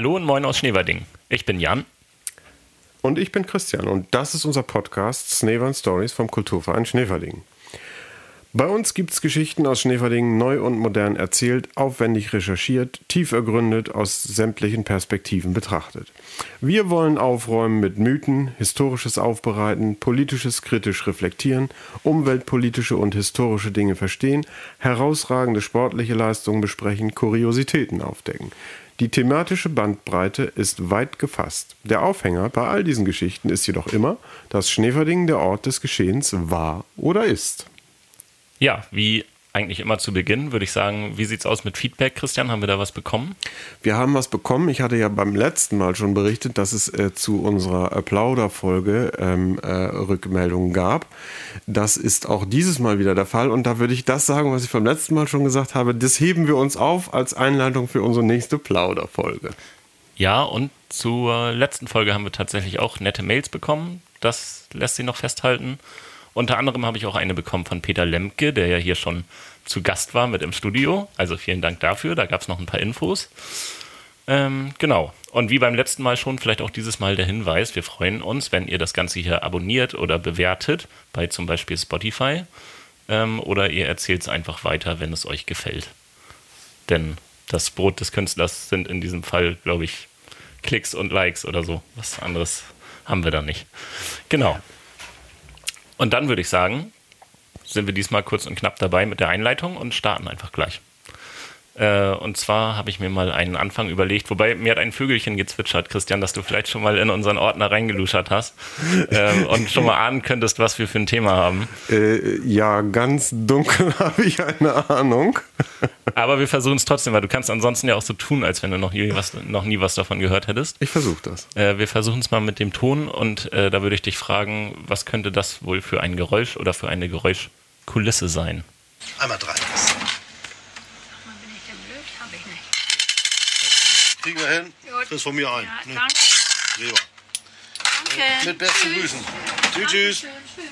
Hallo und moin aus Schneverding. Ich bin Jan. Und ich bin Christian und das ist unser Podcast Schneewern Stories vom Kulturverein Schneverding. Bei uns gibt es Geschichten aus Schneverding neu und modern erzählt, aufwendig recherchiert, tief ergründet, aus sämtlichen Perspektiven betrachtet. Wir wollen aufräumen mit Mythen, historisches aufbereiten, politisches kritisch reflektieren, umweltpolitische und historische Dinge verstehen, herausragende sportliche Leistungen besprechen, Kuriositäten aufdecken. Die thematische Bandbreite ist weit gefasst. Der Aufhänger bei all diesen Geschichten ist jedoch immer, dass Schneverding der Ort des Geschehens war oder ist. Ja, wie eigentlich immer zu Beginn, würde ich sagen, wie sieht's aus mit Feedback, Christian? Haben wir da was bekommen? Wir haben was bekommen. Ich hatte ja beim letzten Mal schon berichtet, dass es zu unserer Plauderfolge Rückmeldungen gab. Das ist auch dieses Mal wieder der Fall. Und da würde ich das sagen, was ich beim letzten Mal schon gesagt habe. Das heben wir uns auf als Einleitung für unsere nächste Plauderfolge. Ja, und zur letzten Folge haben wir tatsächlich auch nette Mails bekommen. Das lässt sich noch festhalten. Unter anderem habe ich auch eine bekommen von Peter Lemke, der ja hier schon zu Gast war mit im Studio. Also vielen Dank dafür, da gab es noch ein paar Infos. Genau, und wie beim letzten Mal schon, vielleicht auch dieses Mal der Hinweis, wir freuen uns, wenn ihr das Ganze hier abonniert oder bewertet, bei zum Beispiel Spotify, oder ihr erzählt es einfach weiter, wenn es euch gefällt. Denn das Brot des Künstlers sind in diesem Fall, glaube ich, Klicks und Likes oder so. Was anderes haben wir da nicht. Genau. Und dann würde ich sagen, sind wir diesmal kurz und knapp dabei mit der Einleitung und starten einfach gleich. Und zwar habe ich mir mal einen Anfang überlegt, wobei mir hat ein Vögelchen gezwitschert, Christian, dass du vielleicht schon mal in unseren Ordner reingeluschert hast und schon mal ahnen könntest, was wir für ein Thema haben. Ja, ganz dunkel habe ich eine Ahnung. Aber wir versuchen es trotzdem, weil du kannst ansonsten ja auch so tun, als wenn du noch nie was davon gehört hättest. Ich versuche das. Wir versuchen es mal mit dem Ton und da würde ich dich fragen, was könnte das wohl für ein Geräusch oder für eine Geräuschkulisse sein? Einmal 3. Kriegen wir hin? Chris von mir ein. Ja, danke. Lieber. Danke. Mit besten Grüßen. Tschüss.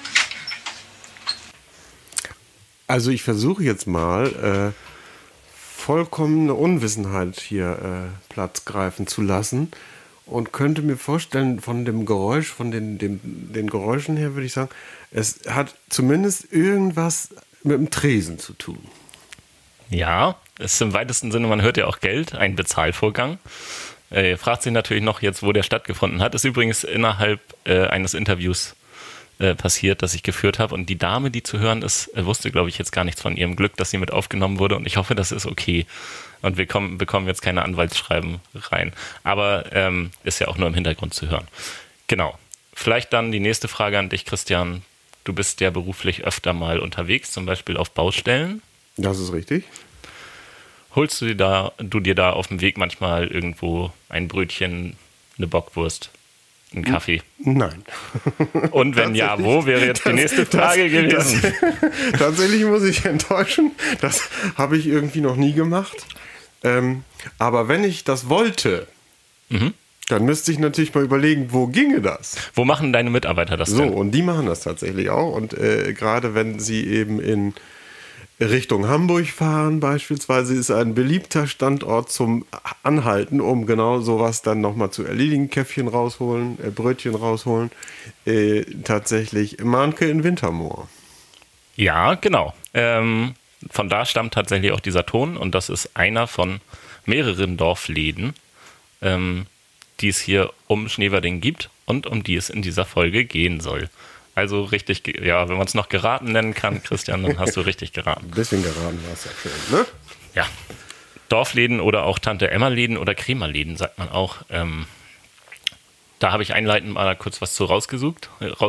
Also ich versuche jetzt mal vollkommene Unwissenheit hier Platz greifen zu lassen und könnte mir vorstellen, von dem Geräusch, von den Geräuschen her würde ich sagen, es hat zumindest irgendwas mit dem Tresen zu tun. Ja, ist im weitesten Sinne, man hört ja auch Geld, ein Bezahlvorgang. Fragt sich natürlich noch jetzt, wo der stattgefunden hat. Ist übrigens innerhalb eines Interviews passiert, das ich geführt habe. Und die Dame, die zu hören ist, wusste, glaube ich, jetzt gar nichts von ihrem Glück, dass sie mit aufgenommen wurde. Und ich hoffe, das ist okay. Und wir bekommen jetzt keine Anwaltsschreiben rein. Aber ist ja auch nur im Hintergrund zu hören. Genau. Vielleicht dann die nächste Frage an dich, Christian. Du bist ja beruflich öfter mal unterwegs, zum Beispiel auf Baustellen. Das ist richtig. Holst du dir da auf dem Weg manchmal irgendwo ein Brötchen, eine Bockwurst, einen Kaffee? Nein. Und wenn ja, wo, wäre jetzt die nächste Frage gewesen. Tatsächlich muss ich enttäuschen, das habe ich irgendwie noch nie gemacht. Aber wenn ich das wollte, dann müsste ich natürlich mal überlegen, wo ginge das? Wo machen deine Mitarbeiter das denn? So, und die machen das tatsächlich auch. Und gerade wenn sie eben in Richtung Hamburg fahren beispielsweise, ist ein beliebter Standort zum Anhalten, um genau sowas dann nochmal zu erledigen. Käffchen rausholen, Brötchen rausholen. Tatsächlich Mahnke in Wintermoor. Ja, genau. Von da stammt tatsächlich auch dieser Ton und das ist einer von mehreren Dorfläden, die es hier um Schneverding gibt und um die es in dieser Folge gehen soll. Also richtig, ja, wenn man es noch geraten nennen kann, Christian, dann hast du richtig geraten. Ein bisschen geraten war es ja schon, ne? Ja. Dorfläden oder auch Tante-Emma-Läden oder Krämerläden, sagt man auch. Da habe ich einleitend mal kurz was zu rausgesucht,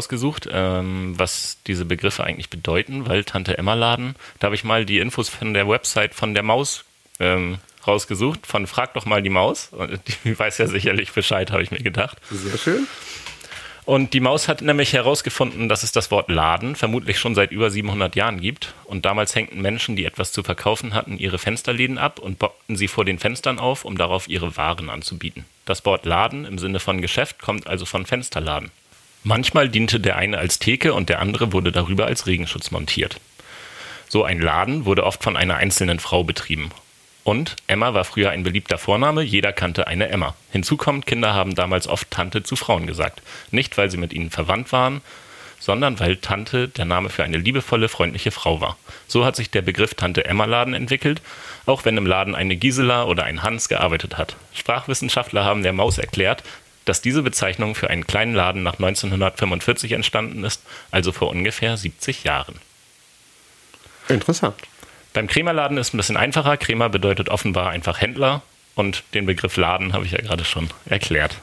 was diese Begriffe eigentlich bedeuten, weil Tante-Emma-Laden, da habe ich mal die Infos von der Website von der Maus rausgesucht, von Frag doch mal die Maus. Die weiß ja sicherlich Bescheid, habe ich mir gedacht. Sehr schön. Und die Maus hat nämlich herausgefunden, dass es das Wort Laden vermutlich schon seit über 700 Jahren gibt. Und damals hängten Menschen, die etwas zu verkaufen hatten, ihre Fensterläden ab und bockten sie vor den Fenstern auf, um darauf ihre Waren anzubieten. Das Wort Laden im Sinne von Geschäft kommt also von Fensterladen. Manchmal diente der eine als Theke und der andere wurde darüber als Regenschutz montiert. So ein Laden wurde oft von einer einzelnen Frau betrieben. Und Emma war früher ein beliebter Vorname, jeder kannte eine Emma. Hinzu kommt, Kinder haben damals oft Tante zu Frauen gesagt. Nicht, weil sie mit ihnen verwandt waren, sondern weil Tante der Name für eine liebevolle, freundliche Frau war. So hat sich der Begriff Tante-Emma-Laden entwickelt, auch wenn im Laden eine Gisela oder ein Hans gearbeitet hat. Sprachwissenschaftler haben der Maus erklärt, dass diese Bezeichnung für einen kleinen Laden nach 1945 entstanden ist, also vor ungefähr 70 Jahren. Interessant. Beim Krämerladen ist es ein bisschen einfacher. Krämer bedeutet offenbar einfach Händler und den Begriff Laden habe ich ja gerade schon erklärt.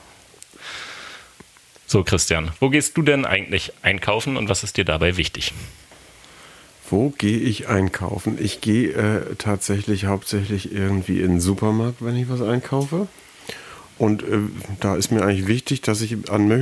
So, Christian, wo gehst du denn eigentlich einkaufen und was ist dir dabei wichtig? Wo gehe ich einkaufen? Ich gehe tatsächlich hauptsächlich irgendwie in den Supermarkt, wenn ich was einkaufe. Und da ist mir eigentlich wichtig, dass ich an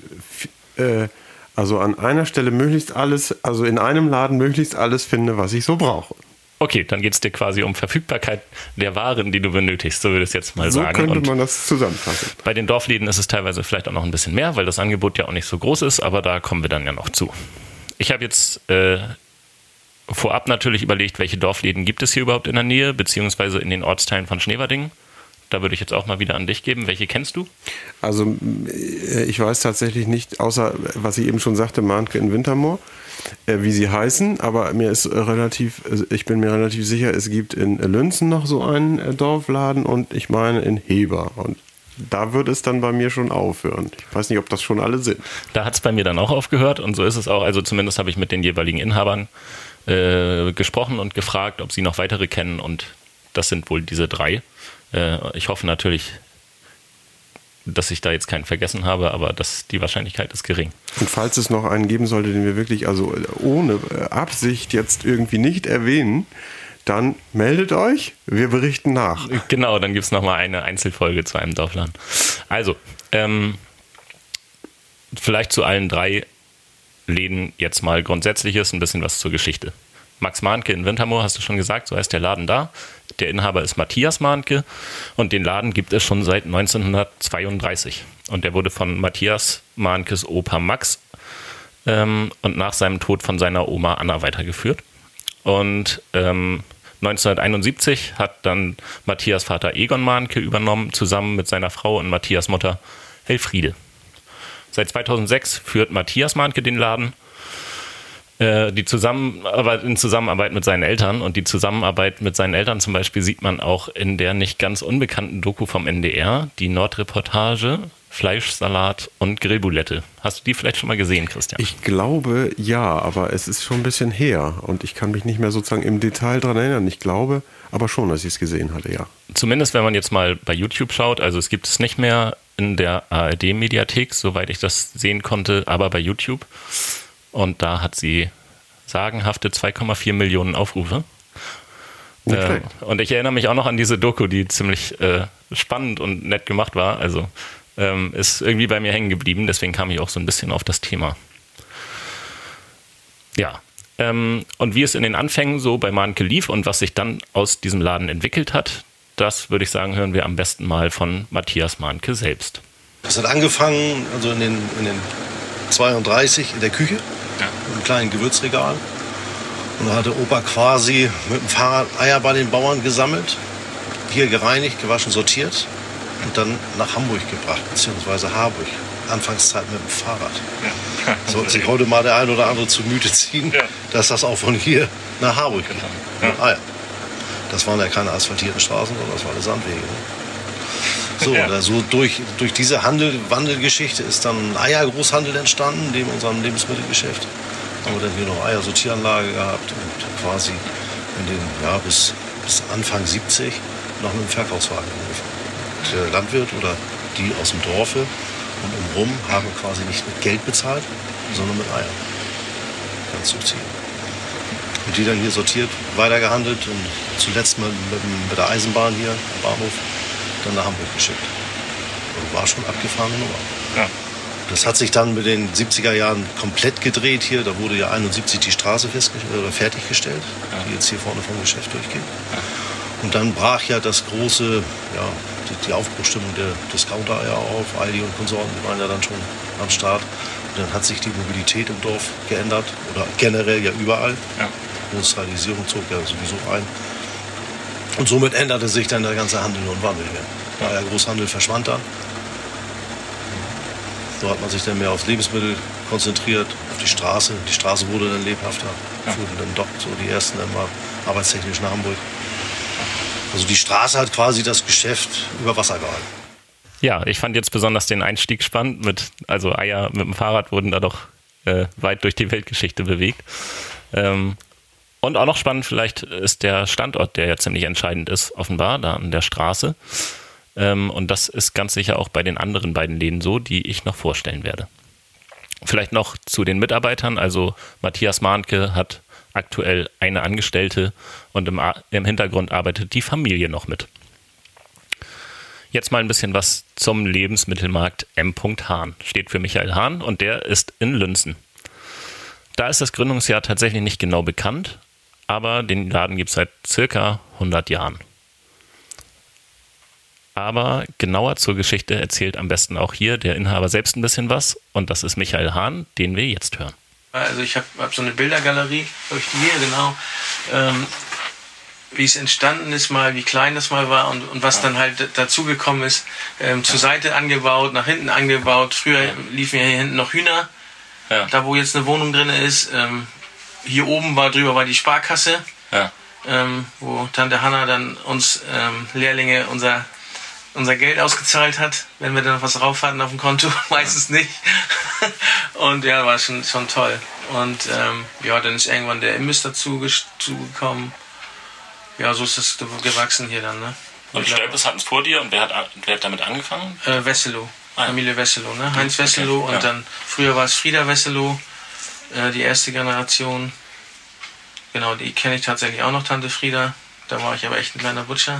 einer Stelle möglichst alles, also in einem Laden möglichst alles finde, was ich so brauche. Okay, dann geht es dir quasi um Verfügbarkeit der Waren, die du benötigst, so würde ich es jetzt mal sagen. So könnte man das zusammenfassen. Bei den Dorfläden ist es teilweise vielleicht auch noch ein bisschen mehr, weil das Angebot ja auch nicht so groß ist, aber da kommen wir dann ja noch zu. Ich habe jetzt vorab natürlich überlegt, welche Dorfläden gibt es hier überhaupt in der Nähe, beziehungsweise in den Ortsteilen von Schneverdingen. Da würde ich jetzt auch mal wieder an dich geben. Welche kennst du? Also ich weiß tatsächlich nicht, außer was ich eben schon sagte, Mahnke in Wintermoor, wie sie heißen, aber ich bin mir relativ sicher, es gibt in Lünzen noch so einen Dorfladen und ich meine in Heber. Und da wird es dann bei mir schon aufhören. Ich weiß nicht, ob das schon alle sind. Da hat es bei mir dann auch aufgehört und so ist es auch. Also zumindest habe ich mit den jeweiligen Inhabern gesprochen und gefragt, ob sie noch weitere kennen und das sind wohl diese 3. Ich hoffe natürlich, dass ich da jetzt keinen vergessen habe, aber die Wahrscheinlichkeit ist gering. Und falls es noch einen geben sollte, den wir wirklich also ohne Absicht jetzt irgendwie nicht erwähnen, dann meldet euch, wir berichten nach. Genau, dann gibt es nochmal eine Einzelfolge zu einem Dorfladen. Also, vielleicht zu allen 3 Läden jetzt mal Grundsätzliches, ein bisschen was zur Geschichte. Max Mahnke in Wintermoor, hast du schon gesagt, so heißt der Laden da. Der Inhaber ist Matthias Mahnke und den Laden gibt es schon seit 1932. Und der wurde von Matthias Mahnkes Opa Max und nach seinem Tod von seiner Oma Anna weitergeführt. Und 1971 hat dann Matthias Vater Egon Mahnke übernommen, zusammen mit seiner Frau und Matthias Mutter Elfriede. Seit 2006 führt Matthias Mahnke den Laden. In Zusammenarbeit mit seinen Eltern und die Zusammenarbeit mit seinen Eltern zum Beispiel sieht man auch in der nicht ganz unbekannten Doku vom NDR, die Nordreportage Fleischsalat und Grillboulette. Hast du die vielleicht schon mal gesehen, Christian? Ich glaube, ja, aber es ist schon ein bisschen her und ich kann mich nicht mehr sozusagen im Detail daran erinnern. Ich glaube aber schon, dass ich es gesehen hatte, ja. Zumindest, wenn man jetzt mal bei YouTube schaut, also es gibt es nicht mehr in der ARD-Mediathek, soweit ich das sehen konnte, aber bei YouTube. Und da hat sie sagenhafte 2,4 Millionen Aufrufe. Und ich erinnere mich auch noch an diese Doku, die ziemlich spannend und nett gemacht war. Also ist irgendwie bei mir hängen geblieben. Deswegen kam ich auch so ein bisschen auf das Thema. Ja. Und wie es in den Anfängen so bei Mahnke lief und was sich dann aus diesem Laden entwickelt hat, das würde ich sagen, hören wir am besten mal von Matthias Mahnke selbst. Das hat angefangen, also in den 32 in der Küche. Ja. Mit einem kleinen Gewürzregal. Und da hatte Opa quasi mit dem Fahrrad Eier bei den Bauern gesammelt, hier gereinigt, gewaschen, sortiert und dann nach Hamburg gebracht, beziehungsweise Harburg. Anfangszeit mit dem Fahrrad. Ja. Sollte sich heute mal der ein oder andere zu Müte ziehen, ja, dass das auch von hier nach Harburg ging. Ja. Mit Eier. Das waren ja keine asphaltierten Straßen, sondern das waren Sandwege. Ne? So, ja. Also durch diese Wandelgeschichte ist dann ein Eiergroßhandel entstanden, neben unserem Lebensmittelgeschäft. Haben wir dann hier noch Eiersortieranlage gehabt und quasi bis Anfang 70 noch mit dem Verkaufswagen angefangen. Der Landwirt oder die aus dem Dorfe und umrum haben quasi nicht mit Geld bezahlt, sondern mit Eiern. Ganz subtil. Und die dann hier sortiert, weitergehandelt und zuletzt mit der Eisenbahn hier am Bahnhof dann nach Hamburg geschickt. Also war schon abgefahrene Nummer. Ja. Das hat sich dann mit den 70er Jahren komplett gedreht hier. Da wurde ja 71 die Straße fertiggestellt, ja, die jetzt hier vorne vom Geschäft durchgeht. Ja. Und dann brach ja das große, die Aufbruchstimmung der Discounter-Eier auf. Aldi und Konsorten, die waren ja dann schon am Start. Und dann hat sich die Mobilität im Dorf geändert. Oder generell ja überall. Ja. Industrialisierung zog ja sowieso ein. Und somit änderte sich dann der ganze Handel und Wandel hier. Der Großhandel verschwand dann. So hat man sich dann mehr auf Lebensmittel konzentriert, auf die Straße. Die Straße wurde dann lebhafter. Fuhren dann doch so die ersten dann mal arbeitstechnisch nach Hamburg. Also die Straße hat quasi das Geschäft über Wasser gehalten. Ja, ich fand jetzt besonders den Einstieg spannend. Also Eier mit dem Fahrrad wurden da doch weit durch die Weltgeschichte bewegt. Und auch noch spannend vielleicht ist der Standort, der ja ziemlich entscheidend ist, offenbar, da an der Straße. Und das ist ganz sicher auch bei den anderen beiden Läden so, die ich noch vorstellen werde. Vielleicht noch zu den Mitarbeitern. Also Matthias Mahnke hat aktuell eine Angestellte und im Hintergrund arbeitet die Familie noch mit. Jetzt mal ein bisschen was zum Lebensmittelmarkt M. Hahn. Steht für Michael Hahn und der ist in Lünzen. Da ist das Gründungsjahr tatsächlich nicht genau bekannt, aber den Laden gibt es seit circa 100 Jahren. Aber genauer zur Geschichte erzählt am besten auch hier der Inhaber selbst ein bisschen was und das ist Michael Hahn, den wir jetzt hören. Also ich habe so eine Bildergalerie, habe ich die hier genau, wie es entstanden ist mal, wie klein das mal war und was dann halt dazugekommen ist, zur Seite angebaut, nach hinten angebaut. Früher liefen ja hier hinten noch Hühner, da wo jetzt eine Wohnung drin ist. Hier oben drüber war die Sparkasse, wo Tante Hanna dann uns Lehrlinge unser Geld ausgezahlt hat, wenn wir dann noch was drauf hatten auf dem Konto, meistens nicht. Und ja, war schon toll. Und dann ist irgendwann der Imbiss dazugekommen. Ja, so ist das gewachsen hier dann. Ne? Und Stölpes hatten es vor dir und wer hat damit angefangen? Wesselow, Familie Wesselow, ne? Heinz Wesselow und dann früher war es Frieda Wesselow, die erste Generation. Genau, die kenne ich tatsächlich auch noch, Tante Frieda. Da war ich aber echt ein kleiner Butcher.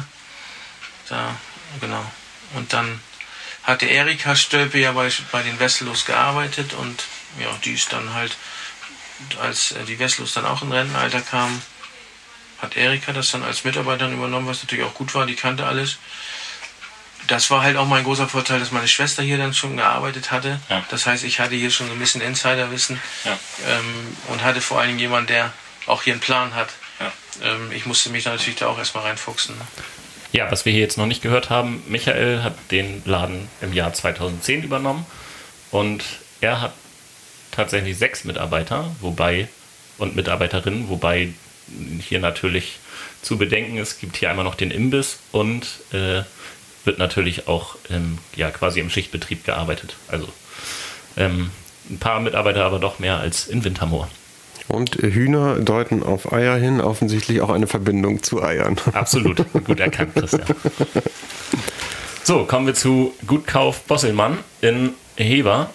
Genau. Und dann hatte Erika Stölpe ja bei den Wesselows gearbeitet und ja, die ist dann halt, als die Wesselows dann auch in Rentenalter kamen, hat Erika das dann als Mitarbeiterin übernommen, was natürlich auch gut war, die kannte alles. Das war halt auch mein großer Vorteil, dass meine Schwester hier dann schon gearbeitet hatte. Ja. Das heißt, ich hatte hier schon ein bisschen Insiderwissen und hatte vor allen Dingen jemanden, der auch hier einen Plan hat. Ja. Ich musste mich natürlich da auch erstmal reinfuchsen. Ne? Ja, was wir hier jetzt noch nicht gehört haben, Michael hat den Laden im Jahr 2010 übernommen und er hat tatsächlich 6 Mitarbeiter und Mitarbeiterinnen, wobei hier natürlich zu bedenken, es gibt hier einmal noch den Imbiss und wird natürlich auch quasi im Schichtbetrieb gearbeitet. Also ein paar Mitarbeiter, aber doch mehr als in Wintermoor. Und Hühner deuten auf Eier hin, offensichtlich auch eine Verbindung zu Eiern. Absolut, gut erkannt, Christian. So, kommen wir zu Gutkauf Bosselmann in Heber.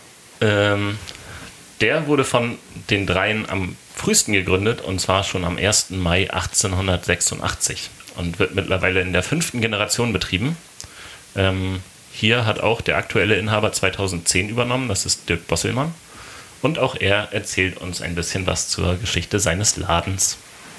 Der wurde von den dreien am frühesten gegründet und zwar schon am 1. Mai 1886 und wird mittlerweile in der 5. Generation betrieben. Hier hat auch der aktuelle Inhaber 2010 übernommen, das ist Dirk Bosselmann. Und auch er erzählt uns ein bisschen was zur Geschichte seines Ladens.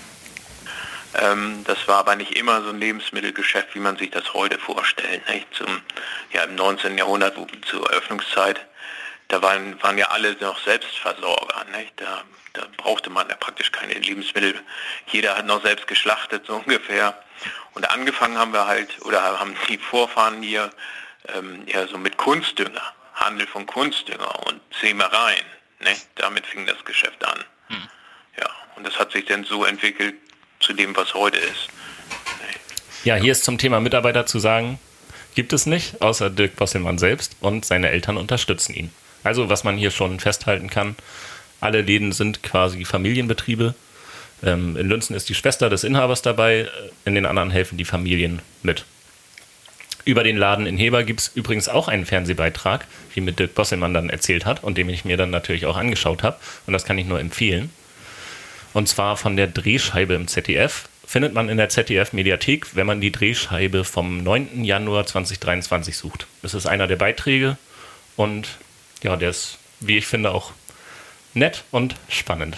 Das war aber nicht immer so ein Lebensmittelgeschäft, wie man sich das heute vorstellt. Nicht? Im 19. Jahrhundert, zur Eröffnungszeit, da waren ja alle noch Selbstversorger. Nicht? Da brauchte man ja praktisch keine Lebensmittel. Jeder hat noch selbst geschlachtet, so ungefähr. Und angefangen haben haben die Vorfahren hier so mit Kunstdünger, Handel von Kunstdünger und Sämereien. Ne? Damit fing das Geschäft an. Ja, und das hat sich dann so entwickelt zu dem, was heute ist. Ne? Ja, hier ist zum Thema Mitarbeiter zu sagen, gibt es nicht, außer Dirk Bosselmann selbst und seine Eltern unterstützen ihn. Also was man hier schon festhalten kann, alle Läden sind quasi Familienbetriebe. In Lünzen ist die Schwester des Inhabers dabei, in den anderen helfen die Familien mit. Über den Laden in Heber gibt es übrigens auch einen Fernsehbeitrag, wie mit Dirk Bosselmann dann erzählt hat und den ich mir dann natürlich auch angeschaut habe. Und das kann ich nur empfehlen. Und zwar von der Drehscheibe im ZDF. Findet man in der ZDF-Mediathek, wenn man die Drehscheibe vom 9. Januar 2023 sucht. Das ist einer der Beiträge und ja, der ist, wie ich finde, auch nett und spannend.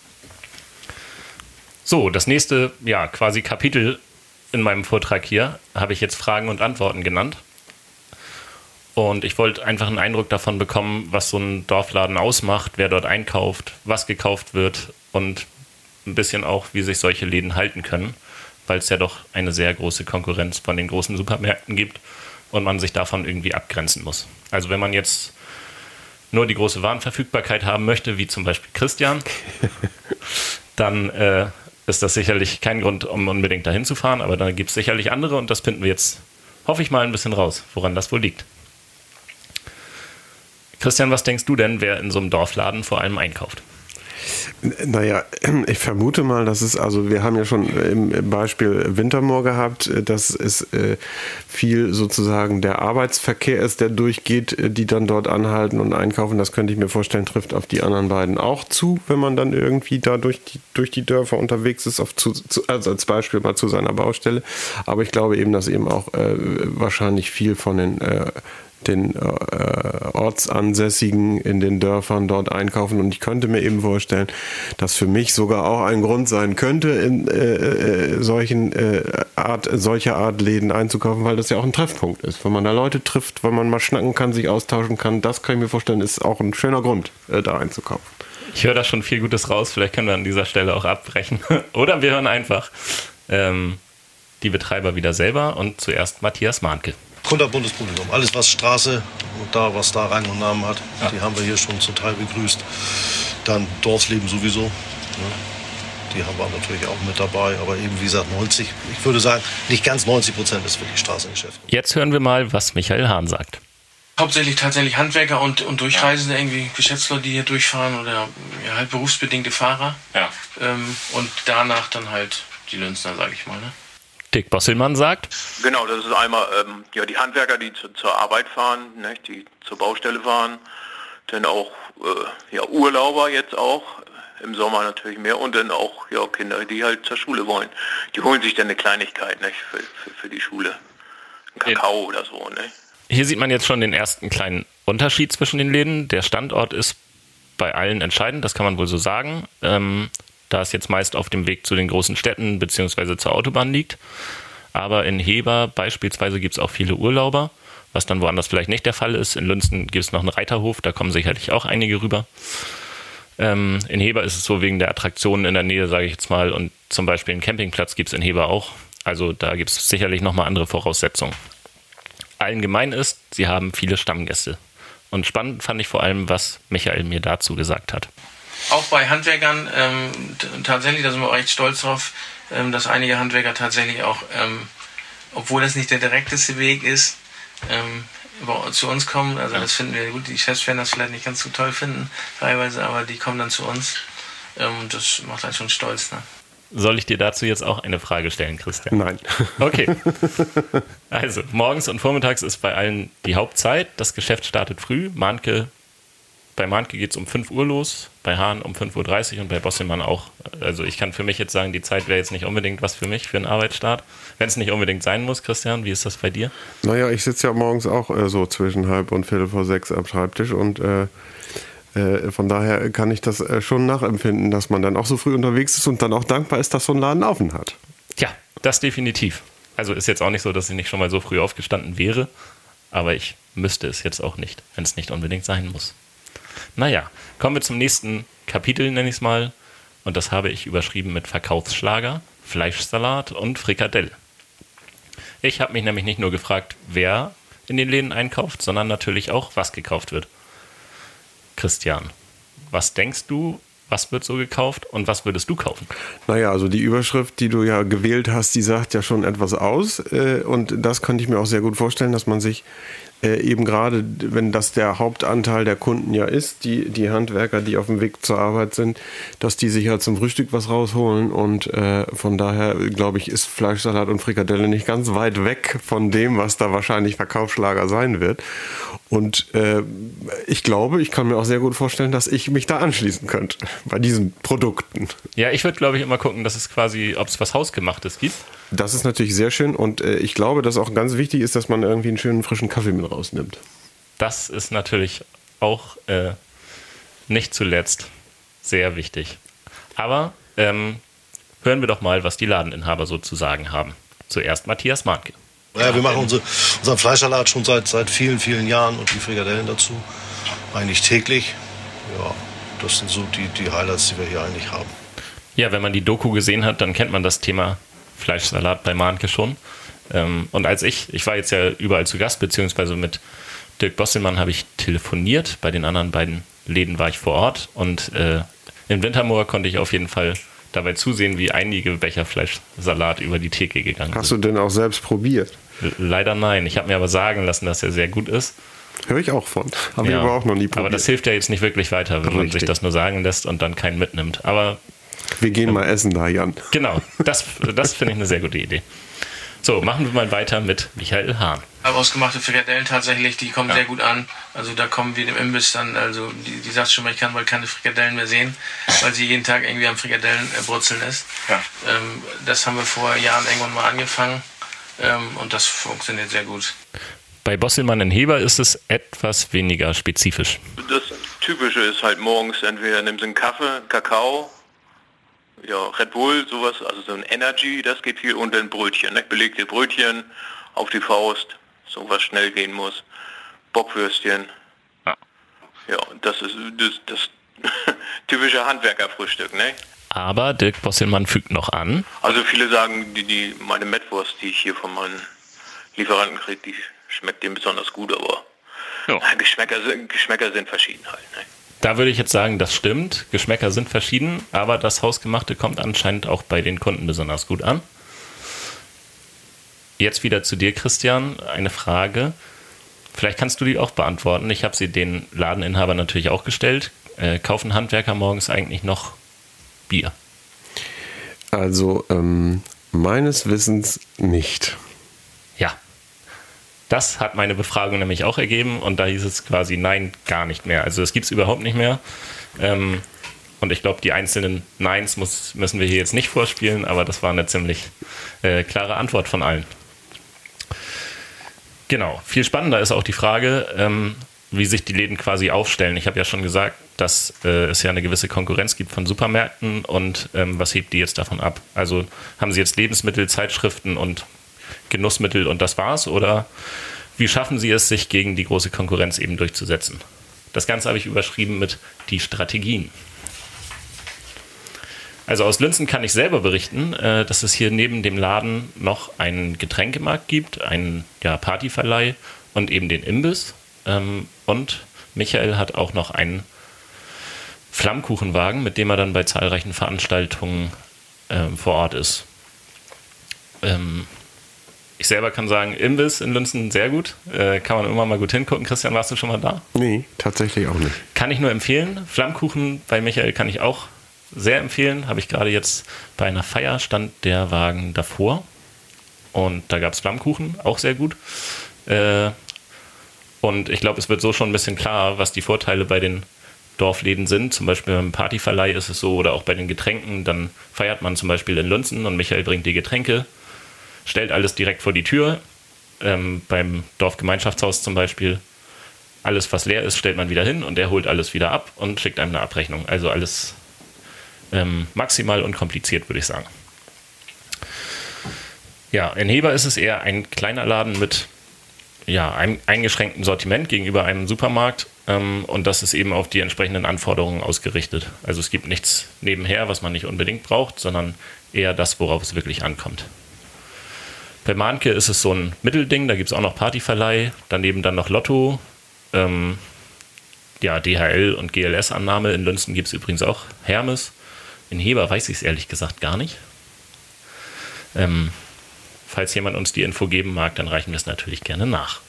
So, das nächste, quasi Kapitel in meinem Vortrag hier habe ich jetzt Fragen und Antworten genannt. Und ich wollte einfach einen Eindruck davon bekommen, was so ein Dorfladen ausmacht, wer dort einkauft, was gekauft wird und ein bisschen auch, wie sich solche Läden halten können. weil es ja doch eine sehr große Konkurrenz von den großen Supermärkten gibt und man sich davon irgendwie abgrenzen muss. Also wenn man jetzt nur die große Warenverfügbarkeit haben möchte, wie zum Beispiel Christian, dann ist das sicherlich kein Grund, um unbedingt dahin zu fahren, aber dann gibt es sicherlich andere und das finden wir jetzt, hoffe ich mal, ein bisschen raus, woran das wohl liegt. Christian, was denkst du denn, wer in so einem Dorfladen vor allem einkauft? Naja, ich vermute mal, dass es, also wir haben ja schon im Beispiel Wintermoor gehabt, dass es viel sozusagen der Arbeitsverkehr ist, der durchgeht, die dann dort anhalten und einkaufen. Das könnte ich mir vorstellen, trifft auf die anderen beiden auch zu, wenn man dann irgendwie da durch die Dörfer unterwegs ist, also als Beispiel mal zu seiner Baustelle. Aber ich glaube eben, dass eben auch wahrscheinlich viel von den Ortsansässigen in den Dörfern dort einkaufen. Und ich könnte mir eben vorstellen, dass für mich sogar auch ein Grund sein könnte, in solcher Art Läden einzukaufen, weil das ja auch ein Treffpunkt ist. Wenn man da Leute trifft, wenn man mal schnacken kann, sich austauschen kann, das kann ich mir vorstellen, ist auch ein schöner Grund, da einzukaufen. Ich höre da schon viel Gutes raus. Vielleicht können wir an dieser Stelle auch abbrechen. Oder wir hören einfach die Betreiber wieder selber und zuerst Matthias Mahnke. Kunterbuntes Publikum. Alles, was Straße und da, was da Rang und Namen hat, die haben wir hier schon zum Teil begrüßt. Dann Dorfleben sowieso. Ne? Die haben wir natürlich auch mit dabei. Aber eben, wie gesagt, 90, ich würde sagen, nicht ganz 90% ist wirklich Straßengeschäft. Jetzt hören wir mal, was Michael Hahn sagt. Hauptsächlich tatsächlich Handwerker und Durchreisende, irgendwie Geschäftsleute, die hier durchfahren oder ja, halt berufsbedingte Fahrer. Ja. Und danach dann halt die Lünzner, sage ich mal. Ne? Dick Bosselmann sagt. Genau, das ist einmal die Handwerker, die zur Arbeit fahren, ne, die zur Baustelle fahren, dann auch Urlauber jetzt auch, im Sommer natürlich mehr und dann auch Kinder, die halt zur Schule wollen. Die holen sich dann eine Kleinigkeit, ne, für die Schule, ein Kakao oder so. Ne. Hier sieht man jetzt schon den ersten kleinen Unterschied zwischen den Läden. Der Standort ist bei allen entscheidend, das kann man wohl so sagen. Da es jetzt meist auf dem Weg zu den großen Städten bzw. zur Autobahn liegt. Aber in Heber beispielsweise gibt es auch viele Urlauber, was dann woanders vielleicht nicht der Fall ist. In Lünzen gibt es noch einen Reiterhof, da kommen sicherlich auch einige rüber. In Heber ist es so wegen der Attraktionen in der Nähe, sage ich jetzt mal, und zum Beispiel einen Campingplatz gibt es in Heber auch. Also da gibt es sicherlich nochmal andere Voraussetzungen. Allen gemein ist, sie haben viele Stammgäste. Und spannend fand ich vor allem, was Michael mir dazu gesagt hat. Auch bei Handwerkern tatsächlich, da sind wir auch echt stolz drauf, dass einige Handwerker tatsächlich auch, obwohl das nicht der direkteste Weg ist, zu uns kommen. Also das finden wir gut. Die Chefs werden das vielleicht nicht ganz so toll finden, teilweise, aber die kommen dann zu uns. Und das macht einen schon stolz. Ne? Soll ich dir dazu jetzt auch eine Frage stellen, Christian? Nein. Okay. Also, morgens und vormittags ist bei allen die Hauptzeit. Das Geschäft startet früh. Bei Mahnke geht es um 5 Uhr los, bei Hahn um 5.30 Uhr und bei Bosselmann auch. Also ich kann für mich jetzt sagen, die Zeit wäre jetzt nicht unbedingt was für mich, für einen Arbeitsstart. Wenn es nicht unbedingt sein muss, Christian, wie ist das bei dir? Naja, ich sitze ja morgens auch so zwischen 5 und 5:45 am Schreibtisch und von daher kann ich das schon nachempfinden, dass man dann auch so früh unterwegs ist und dann auch dankbar ist, dass so ein Laden offen hat. Ja, das definitiv. Also ist jetzt auch nicht so, dass ich nicht schon mal so früh aufgestanden wäre, aber ich müsste es jetzt auch nicht, wenn es nicht unbedingt sein muss. Naja, kommen wir zum nächsten Kapitel, nenne ich es mal. Und das habe ich überschrieben mit Verkaufsschlager, Fleischsalat und Frikadelle. Ich habe mich nämlich nicht nur gefragt, wer in den Läden einkauft, sondern natürlich auch, was gekauft wird. Christian, was denkst du, was wird so gekauft und was würdest du kaufen? Naja, also die Überschrift, die du ja gewählt hast, die sagt ja schon etwas aus. Und das könnte ich mir auch sehr gut vorstellen, dass man sich eben gerade, wenn das der Hauptanteil der Kunden ja ist, die Handwerker, die auf dem Weg zur Arbeit sind, dass die sich halt zum Frühstück was rausholen und von daher, glaube ich, ist Fleischsalat und Frikadelle nicht ganz weit weg von dem, was da wahrscheinlich Verkaufsschlager sein wird. Und ich glaube, ich kann mir auch sehr gut vorstellen, dass ich mich da anschließen könnte bei diesen Produkten. Ja, ich würde, glaube ich, immer gucken, dass es quasi, ob es was Hausgemachtes gibt. Das ist natürlich sehr schön und ich glaube, dass auch ganz wichtig ist, dass man irgendwie einen schönen frischen Kaffee mit rausnimmt. Das ist natürlich auch nicht zuletzt sehr wichtig. Aber hören wir doch mal, was die Ladeninhaber so zu sagen haben. Zuerst Matthias Mahnke. Ja, wir machen unseren Fleischsalat schon seit vielen, vielen Jahren und die Frikadellen dazu eigentlich täglich. Ja, das sind so die Highlights, die wir hier eigentlich haben. Ja, wenn man die Doku gesehen hat, dann kennt man das Thema Fleischsalat bei Mahnke schon. Und als ich war jetzt ja überall zu Gast, beziehungsweise mit Dirk Bosselmann habe ich telefoniert. Bei den anderen beiden Läden war ich vor Ort. Und in Wintermoor konnte ich auf jeden Fall dabei zusehen, wie einige Becher Fleischsalat über die Theke gegangen sind. Hast du denn auch selbst probiert? Leider nein. Ich habe mir aber sagen lassen, dass er sehr gut ist. Höre ich auch von. Habe ich aber auch noch nie probiert. Aber das hilft ja jetzt nicht wirklich weiter, wenn man sich das nur sagen lässt und dann keinen mitnimmt. Aber wir gehen mal essen da, Jan. Genau, das finde ich eine sehr gute Idee. So, machen wir mal weiter mit Michael Hahn. Ausgemachte Frikadellen tatsächlich, die kommen sehr gut an. Also da kommen wir dem Imbiss dann, also die sagt schon mal, ich kann bald keine Frikadellen mehr sehen, weil sie jeden Tag irgendwie am Frikadellenbrutzeln ist. Ja. Das haben wir vor Jahren irgendwann mal angefangen und das funktioniert sehr gut. Bei Bosselmann in Heber ist es etwas weniger spezifisch. Das Typische ist halt morgens entweder nimmst du einen Kaffee, Kakao, ja, Red Bull, sowas, also so ein Energy, das geht viel, und ein Brötchen, ne? Belegte Brötchen auf die Faust, so was schnell gehen muss, Bockwürstchen. Ja, das ist das typische Handwerkerfrühstück, ne? Aber Dirk Bosselmann fügt noch an. Also viele sagen, meine Mettwurst, die ich hier von meinen Lieferanten kriege, die schmeckt dem besonders gut, aber Geschmäcker sind verschieden halt, ne? Da würde ich jetzt sagen, das stimmt. Geschmäcker sind verschieden, aber das Hausgemachte kommt anscheinend auch bei den Kunden besonders gut an. Jetzt wieder zu dir, Christian, eine Frage. Vielleicht kannst du die auch beantworten. Ich habe sie den Ladeninhaber natürlich auch gestellt. Kaufen Handwerker morgens eigentlich noch Bier? Also, meines Wissens nicht. Ja. Das hat meine Befragung nämlich auch ergeben und da hieß es quasi nein, gar nicht mehr. Also das gibt es überhaupt nicht mehr. Und ich glaube, die einzelnen Neins müssen wir hier jetzt nicht vorspielen, aber das war eine ziemlich klare Antwort von allen. Genau, viel spannender ist auch die Frage, wie sich die Läden quasi aufstellen. Ich habe ja schon gesagt, dass es ja eine gewisse Konkurrenz gibt von Supermärkten und was hebt die jetzt davon ab? Also haben sie jetzt Lebensmittel, Zeitschriften und Genussmittel und das war's? Oder wie schaffen sie es, sich gegen die große Konkurrenz eben durchzusetzen? Das Ganze habe ich überschrieben mit die Strategien. Also aus Lünzen kann ich selber berichten, dass es hier neben dem Laden noch einen Getränkemarkt gibt, einen Partyverleih und eben den Imbiss. Und Michael hat auch noch einen Flammkuchenwagen, mit dem er dann bei zahlreichen Veranstaltungen vor Ort ist. Ich selber kann sagen, Imbiss in Lünzen sehr gut. Kann man immer mal gut hingucken. Christian, warst du schon mal da? Nee, tatsächlich auch nicht. Kann ich nur empfehlen. Flammkuchen bei Michael kann ich auch sehr empfehlen. Habe ich gerade jetzt bei einer Feier, stand der Wagen davor. Und da gab es Flammkuchen, auch sehr gut. Und ich glaube, es wird so schon ein bisschen klar, was die Vorteile bei den Dorfläden sind. Zum Beispiel beim Partyverleih ist es so, oder auch bei den Getränken. Dann feiert man zum Beispiel in Lünzen und Michael bringt die Getränke, stellt alles direkt vor die Tür. Beim Dorfgemeinschaftshaus zum Beispiel, alles was leer ist, stellt man wieder hin und er holt alles wieder ab und schickt einem eine Abrechnung. Also alles maximal unkompliziert, würde ich sagen. Ja, in Heber ist es eher ein kleiner Laden mit einem eingeschränkten Sortiment gegenüber einem Supermarkt und das ist eben auf die entsprechenden Anforderungen ausgerichtet. Also es gibt nichts nebenher, was man nicht unbedingt braucht, sondern eher das, worauf es wirklich ankommt. Bei Mahnke ist es so ein Mittelding, da gibt es auch noch Partyverleih, daneben dann noch Lotto, DHL und GLS-Annahme. In Lünzen gibt es übrigens auch Hermes. In Heber weiß ich es ehrlich gesagt gar nicht. Falls jemand uns die Info geben mag, dann reichen wir es natürlich gerne nach.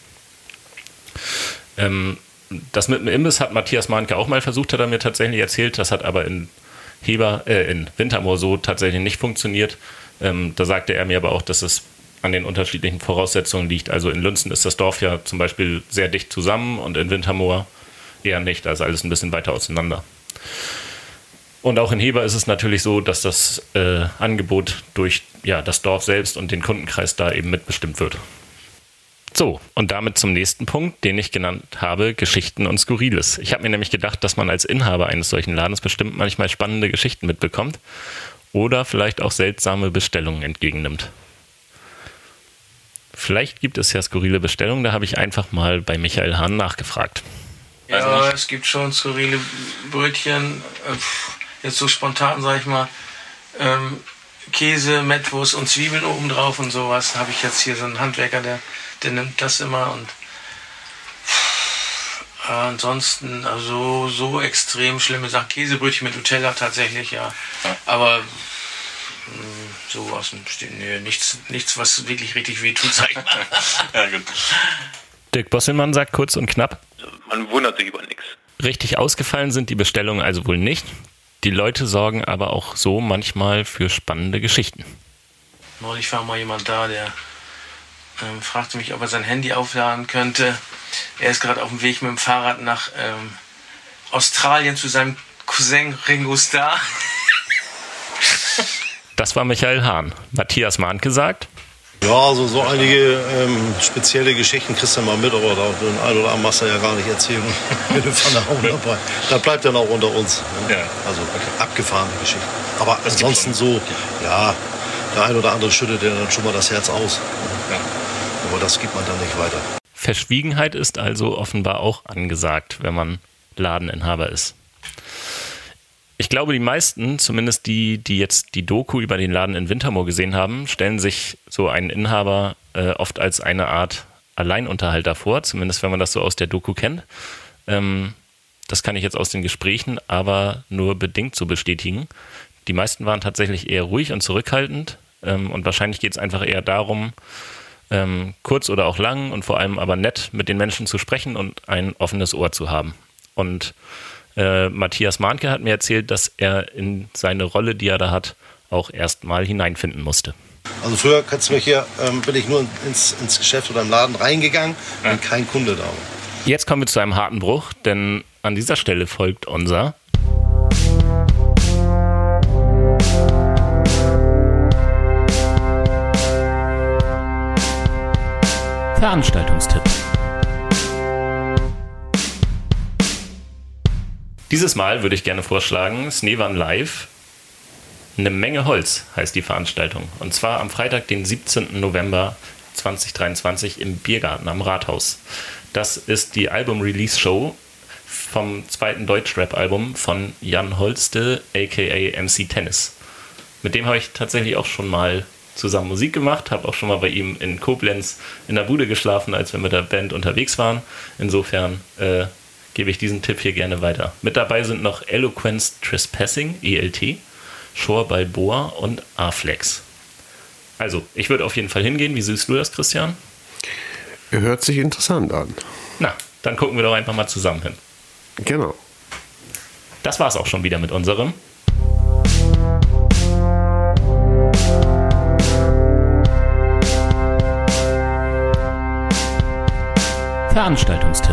Das mit dem Imbiss hat Matthias Mahnke auch mal versucht, hat er mir tatsächlich erzählt. Das hat aber in Wintermoor so tatsächlich nicht funktioniert. Da sagte er mir aber auch, dass es an den unterschiedlichen Voraussetzungen liegt. Also in Lünzen ist das Dorf ja zum Beispiel sehr dicht zusammen und in Wintermoor eher nicht. Also alles ein bisschen weiter auseinander. Und auch in Heber ist es natürlich so, dass das Angebot durch das Dorf selbst und den Kundenkreis da eben mitbestimmt wird. So, und damit zum nächsten Punkt, den ich genannt habe, Geschichten und Skurriles. Ich habe mir nämlich gedacht, dass man als Inhaber eines solchen Ladens bestimmt manchmal spannende Geschichten mitbekommt oder vielleicht auch seltsame Bestellungen entgegennimmt. Vielleicht gibt es ja skurrile Bestellungen, da habe ich einfach mal bei Michael Hahn nachgefragt. Ja, es gibt schon skurrile Brötchen. Jetzt so spontan, sag ich mal, Käse, Mettwurst und Zwiebeln obendrauf und sowas. Habe ich jetzt hier so einen Handwerker, der nimmt das immer. Und ansonsten, also so extrem schlimme Sachen. Käsebrötchen mit Nutella tatsächlich, ja. Aber so aus dem nichts, was wirklich richtig wehtut, sag ich mal. Ja, gut. Dirk Bosselmann sagt kurz und knapp: Man wundert sich über nichts. Richtig ausgefallen sind die Bestellungen also wohl nicht. Die Leute sorgen aber auch so manchmal für spannende Geschichten. Neulich war mal jemand da, der fragte mich, ob er sein Handy aufladen könnte. Er ist gerade auf dem Weg mit dem Fahrrad nach Australien zu seinem Cousin Ringo Starr. Das war Michael Hahn. Matthias Mahnke sagt: Ja, also so einige spezielle Geschichten kriegst du mal mit, aber den einen oder anderen machst du ja gar nicht erzählen. Wenn du von der Haut dabei. Das bleibt dann auch unter uns. Ja. Also abgefahrene Geschichten. Aber ansonsten so, ja, der ein oder andere schüttet dir dann schon mal das Herz aus. Ja. Aber das gibt man dann nicht weiter. Verschwiegenheit ist also offenbar auch angesagt, wenn man Ladeninhaber ist. Ich glaube, die meisten, zumindest die jetzt die Doku über den Laden in Wintermoor gesehen haben, stellen sich so einen Inhaber oft als eine Art Alleinunterhalter vor, zumindest wenn man das so aus der Doku kennt. Das kann ich jetzt aus den Gesprächen aber nur bedingt so bestätigen. Die meisten waren tatsächlich eher ruhig und zurückhaltend und wahrscheinlich geht es einfach eher darum, kurz oder auch lang und vor allem aber nett mit den Menschen zu sprechen und ein offenes Ohr zu haben. Und Matthias Mahnke hat mir erzählt, dass er in seine Rolle, die er da hat, auch erstmal hineinfinden musste. Also früher bin ich nur ins Geschäft oder im Laden reingegangen, wenn kein Kunde da war. Jetzt kommen wir zu einem harten Bruch, denn an dieser Stelle folgt unser Veranstaltungstipp. Dieses Mal würde ich gerne vorschlagen, Snevan Live. Eine Menge Holz heißt die Veranstaltung. Und zwar am Freitag, den 17. November 2023 im Biergarten am Rathaus. Das ist die Album-Release-Show vom zweiten Deutschrap-Album von Jan Holste, a.k.a. MC Tennis. Mit dem habe ich tatsächlich auch schon mal zusammen Musik gemacht, habe auch schon mal bei ihm in Koblenz in der Bude geschlafen, als wir mit der Band unterwegs waren. Insofern gebe ich diesen Tipp hier gerne weiter. Mit dabei sind noch Eloquence Trespassing, ELT, Shore by Boa und A-Flex. Also, ich würde auf jeden Fall hingehen. Wie siehst du das, Christian? Hört sich interessant an. Na, dann gucken wir doch einfach mal zusammen hin. Genau. Das war's auch schon wieder mit unserem Veranstaltungstipp.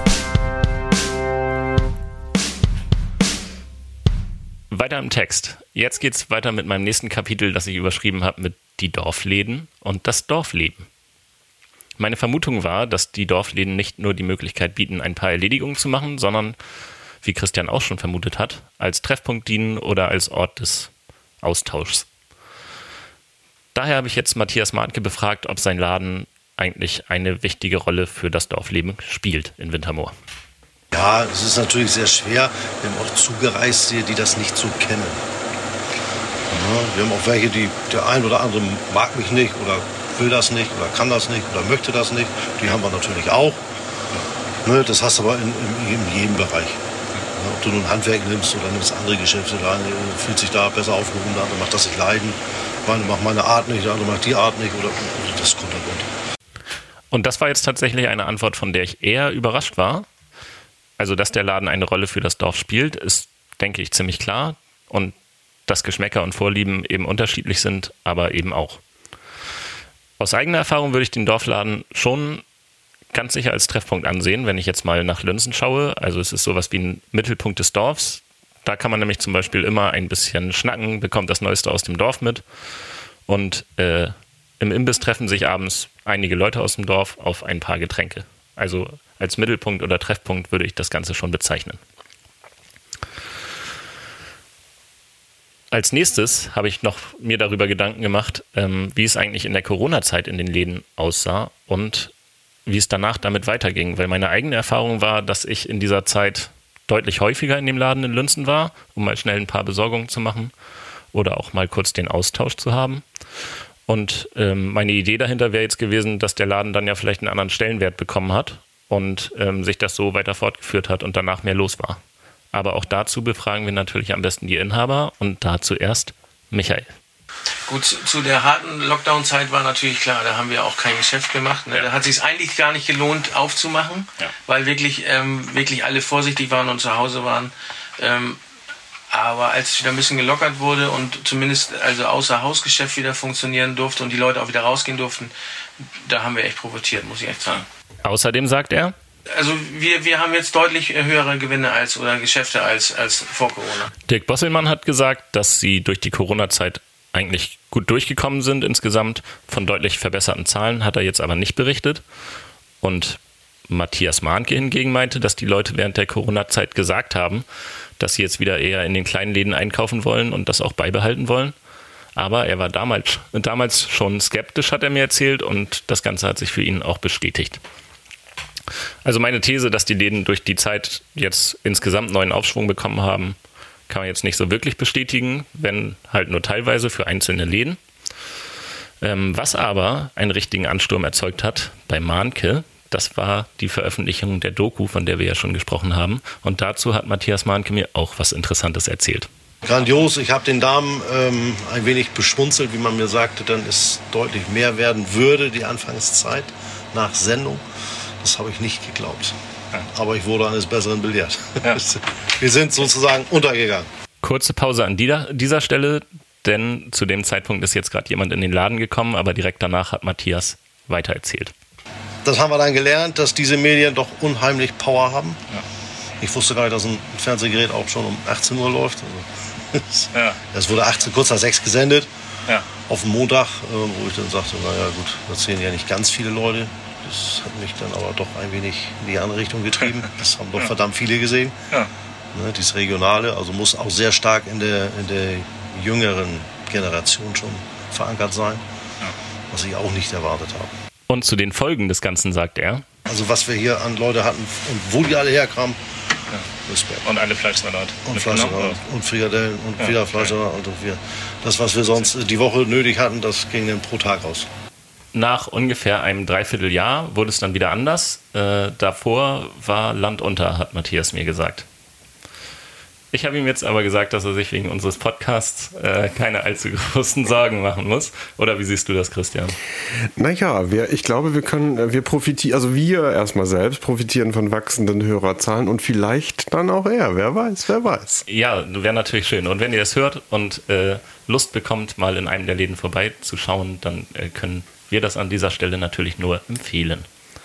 Weiter im Text. Jetzt geht's weiter mit meinem nächsten Kapitel, das ich überschrieben habe mit die Dorfläden und das Dorfleben. Meine Vermutung war, dass die Dorfläden nicht nur die Möglichkeit bieten, ein paar Erledigungen zu machen, sondern, wie Christian auch schon vermutet hat, als Treffpunkt dienen oder als Ort des Austauschs. Daher habe ich jetzt Matthias Mahnke befragt, ob sein Laden eigentlich eine wichtige Rolle für das Dorfleben spielt in Wintermoor. Ja, es ist natürlich sehr schwer. Wir haben auch Zugereiste, die das nicht so kennen. Ja, wir haben auch welche, der ein oder andere mag mich nicht oder will das nicht oder kann das nicht oder möchte das nicht. Die haben wir natürlich auch. Ne, das hast du aber in jedem Bereich. Ja, ob du nun Handwerk nimmst oder nimmst andere Geschäfte, der eine fühlt sich da besser aufgehoben, der andere macht das nicht leiden. Der eine macht meine Art nicht, der andere macht die Art nicht. Oder das kommt dann runter. Und das war jetzt tatsächlich eine Antwort, von der ich eher überrascht war. Also, dass der Laden eine Rolle für das Dorf spielt, ist, denke ich, ziemlich klar. Und dass Geschmäcker und Vorlieben eben unterschiedlich sind, aber eben auch. Aus eigener Erfahrung würde ich den Dorfladen schon ganz sicher als Treffpunkt ansehen, wenn ich jetzt mal nach Lünzen schaue. Also es ist sowas wie ein Mittelpunkt des Dorfs. Da kann man nämlich zum Beispiel immer ein bisschen schnacken, bekommt das Neueste aus dem Dorf mit. Und im Imbiss treffen sich abends einige Leute aus dem Dorf auf ein paar Getränke. Also als Mittelpunkt oder Treffpunkt würde ich das Ganze schon bezeichnen. Als nächstes habe ich noch mir darüber Gedanken gemacht, wie es eigentlich in der Corona-Zeit in den Läden aussah und wie es danach damit weiterging. Weil meine eigene Erfahrung war, dass ich in dieser Zeit deutlich häufiger in dem Laden in Lünzen war, um mal schnell ein paar Besorgungen zu machen. oder auch mal kurz den Austausch zu haben. Und meine Idee dahinter wäre jetzt gewesen, dass der Laden dann ja vielleicht einen anderen Stellenwert bekommen hat und sich das so weiter fortgeführt hat und danach mehr los war. Aber auch dazu befragen wir natürlich am besten die Inhaber und dazu erst Michael. Gut, zu der harten Lockdown-Zeit war natürlich klar, da haben wir auch kein Geschäft gemacht. Ne? Ja. Da hat es sich eigentlich gar nicht gelohnt aufzumachen, weil wirklich alle vorsichtig waren und zu Hause waren. Aber als es wieder ein bisschen gelockert wurde und zumindest also außer Hausgeschäft wieder funktionieren durfte und die Leute auch wieder rausgehen durften, da haben wir echt profitiert, muss ich echt sagen. Außerdem sagt er, also wir haben jetzt deutlich höhere Gewinne oder Geschäfte als vor Corona. Dirk Bosselmann hat gesagt, dass sie durch die Corona-Zeit eigentlich gut durchgekommen sind insgesamt. Von deutlich verbesserten Zahlen hat er jetzt aber nicht berichtet. Und Matthias Mahnke hingegen meinte, dass die Leute während der Corona-Zeit gesagt haben, dass sie jetzt wieder eher in den kleinen Läden einkaufen wollen und das auch beibehalten wollen. Aber er war damals schon skeptisch, hat er mir erzählt, und das Ganze hat sich für ihn auch bestätigt. Also meine These, dass die Läden durch die Zeit jetzt insgesamt neuen Aufschwung bekommen haben, kann man jetzt nicht so wirklich bestätigen, wenn halt nur teilweise für einzelne Läden. Was aber einen richtigen Ansturm erzeugt hat bei Mahnke, das war die Veröffentlichung der Doku, von der wir ja schon gesprochen haben. Und dazu hat Matthias Mahnke mir auch was Interessantes erzählt. Grandios, ich habe den Damen ein wenig beschmunzelt, wie man mir sagte, dann es deutlich mehr werden würde, die Anfangszeit nach Sendung. Das habe ich nicht geglaubt. Aber ich wurde eines Besseren belehrt. Ja. Wir sind sozusagen untergegangen. Kurze Pause an dieser Stelle, denn zu dem Zeitpunkt ist jetzt gerade jemand in den Laden gekommen, aber direkt danach hat Matthias weitererzählt. Das haben wir dann gelernt, dass diese Medien doch unheimlich Power haben. Ja. Ich wusste gar nicht, dass ein Fernsehgerät auch schon um 18 Uhr läuft. Also, das wurde kurz nach 6 gesendet, auf den Montag, wo ich dann sagte, naja gut, das sehen ja nicht ganz viele Leute. Das hat mich dann aber doch ein wenig in die andere Richtung getrieben. Das haben doch verdammt viele gesehen. Ja. Ne, dieses Regionale, also muss auch sehr stark in der jüngeren Generation schon verankert sein, was ich auch nicht erwartet habe. Und zu den Folgen des Ganzen sagt er: Also was wir hier an Leute hatten und wo die alle herkamen, Respekt. Und alle Fleischsalat. Und Fleischsalat und Frikadellen und wieder Fleischsalat. Und das, was wir sonst die Woche nötig hatten, das ging dann pro Tag raus. Nach ungefähr einem Dreivierteljahr wurde es dann wieder anders. Davor war Land unter, hat Matthias mir gesagt. Ich habe ihm jetzt aber gesagt, dass er sich wegen unseres Podcasts keine allzu großen Sorgen machen muss. Oder wie siehst du das, Christian? Naja, ich glaube, wir profitieren, also wir erstmal selbst profitieren von wachsenden Hörerzahlen und vielleicht dann auch er. Wer weiß. Ja, wäre natürlich schön. Und wenn ihr das hört und Lust bekommt, mal in einem der Läden vorbeizuschauen, dann können wir das an dieser Stelle natürlich nur empfehlen.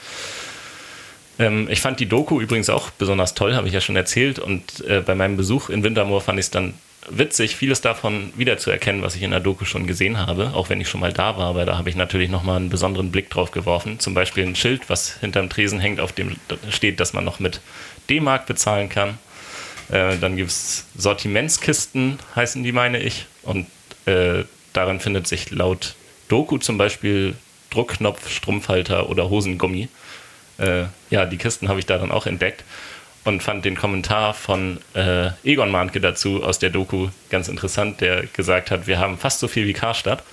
Ich fand die Doku übrigens auch besonders toll, habe ich ja schon erzählt. Und bei meinem Besuch in Wintermoor fand ich es dann witzig, vieles davon wiederzuerkennen, was ich in der Doku schon gesehen habe, auch wenn ich schon mal da war, weil da habe ich natürlich nochmal einen besonderen Blick drauf geworfen. Zum Beispiel ein Schild, was hinterm Tresen hängt, auf dem steht, dass man noch mit D-Mark bezahlen kann. Dann gibt es Sortimentskisten, heißen die, meine ich. Und darin findet sich laut Doku zum Beispiel Druckknopf, Strumpfhalter oder Hosengummi. Die Kisten habe ich da dann auch entdeckt und fand den Kommentar von Egon Mahnke dazu aus der Doku ganz interessant, der gesagt hat, wir haben fast so viel wie Karstadt.